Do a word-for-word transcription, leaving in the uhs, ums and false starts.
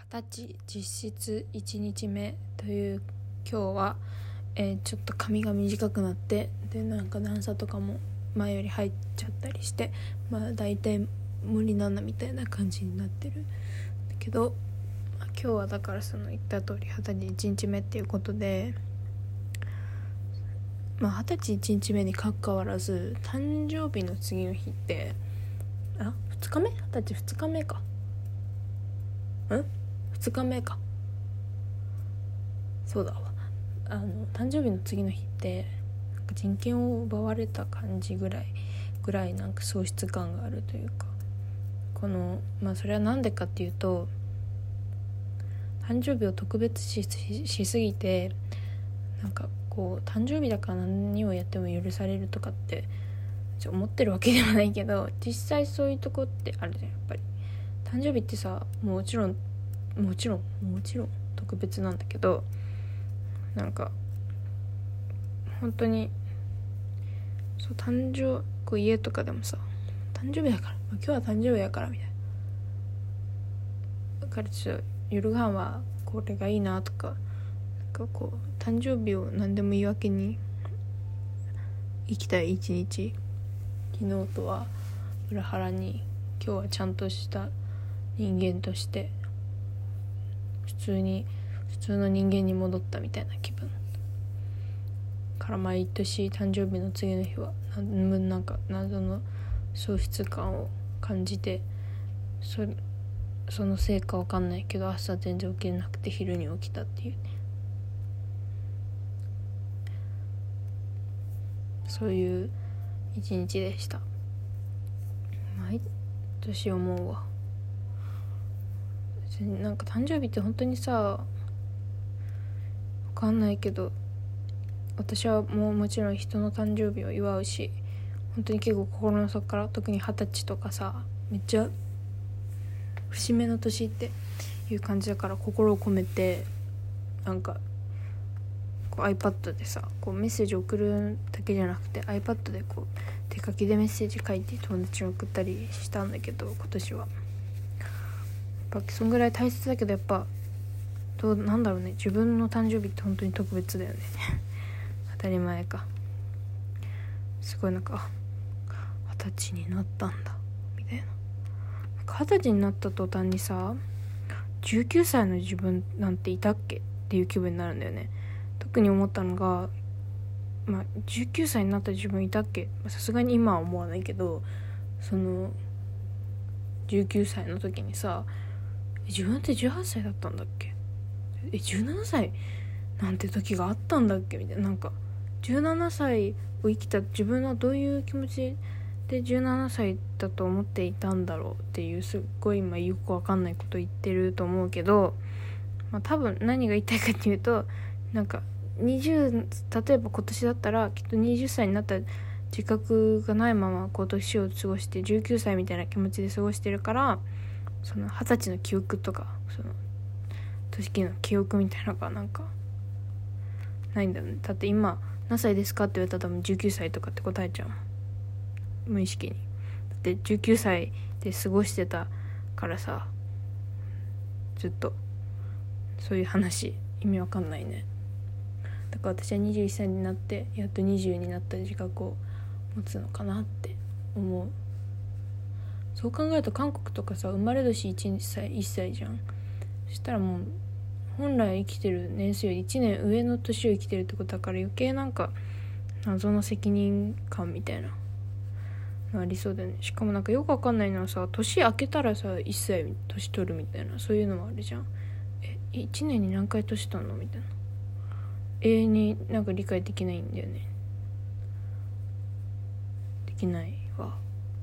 はたち実質いちにちめという今日は、えー、ちょっと髪が短くなってでなんか段差とかも前より入っちゃったりしてまあ大体無理なんだみたいな感じになってるんだけど、まあ、今日はだからその言った通りはたちいちにちめっていうことでまあはたちいちにちめにかかわらず誕生日の次の日ってあふつかめはたちふつかめかんふつかめかそうだわあの誕生日の次の日ってなんか人権を奪われた感じぐらいぐらいなんか喪失感があるというかこのまあそれはなんでかっていうと誕生日を特別視 し, しすぎてなんかこう誕生日だから何をやっても許されるとかって思ってるわけではないけど実際そういうとこってあるじゃん。やっぱり誕生日ってさもちろんもちろんもちろん特別なんだけどなんか本当にそう誕生こう家とかでもさ誕生日だから、今日は誕生日だからみたいなだからちょっと夜ご飯はこれがいいなとかなんかこう誕生日を何でも言い訳に生きたい一日昨日とは裏腹に今日はちゃんとした人間として普通に普通の人間に戻ったみたいな気分から毎年誕生日の次の日はなんか謎の喪失感を感じて そ, そのせいかわかんないけど朝全然起きれなくて昼に起きたっていうねそういう一日でした。毎年思うわなんか誕生日って本当にさわかんないけど私はもうもちろん人の誕生日を祝うし本当に結構心の底から特に二十歳とかさめっちゃ節目の年っていう感じだから心を込めてなんかこう iPad でさこうメッセージ送るだけじゃなくて iPad でこう手書きでメッセージ書いて友達に送ったりしたんだけど今年はやっぱそんぐらい大切だけどやっぱどうなんだろうね自分の誕生日って本当に特別だよね当たり前かすごいなんか二十歳になったんだみたいな二十歳になった途端にさじゅうきゅうさいの自分なんていたっけっていう気分になるんだよね。特に思ったのがまあじゅうきゅうさいになった自分いたっけさすがに今は思わないけどそのじゅうきゅうさいの時にさ自分ってじゅうはっさいだったんだっけえじゅうななさいなんて時があったんだっけみたいななんかじゅうななさいを生きた自分はどういう気持ちでじゅうななさいだと思っていたんだろうっていうすっごい今よくわかんないこと言ってると思うけど、まあ、多分何が言いたいかっていうとなんかにじゅう例えば今年だったらきっとはたちになった自覚がないまま今年を過ごしてじゅうきゅうさいみたいな気持ちで過ごしてるからそのはたちの記憶とかその時の記憶みたいなのがなんかないんだよね。だって今何歳ですかって言われたら多分じゅうきゅうさいとかって答えちゃう無意識に。だってじゅうきゅうさいで過ごしてたからさずっとそういう話意味わかんないね。だから私はにじゅういっさいになってやっとにじゅうになった自覚を持つのかなって思う。そう考えると韓国とかさ生まれ年いちさいいっさいじゃん。そしたらもう本来生きてる年数よりいちねん上の年を生きてるってことだから余計なんか謎の責任感みたいなのありそうだよね。しかもなんかよくわかんないのはさ年明けたらさいっさい年取るみたいなそういうのもあるじゃん。えいちねんに何回年取るのみたいな永遠になんか理解できないんだよね。できないわ。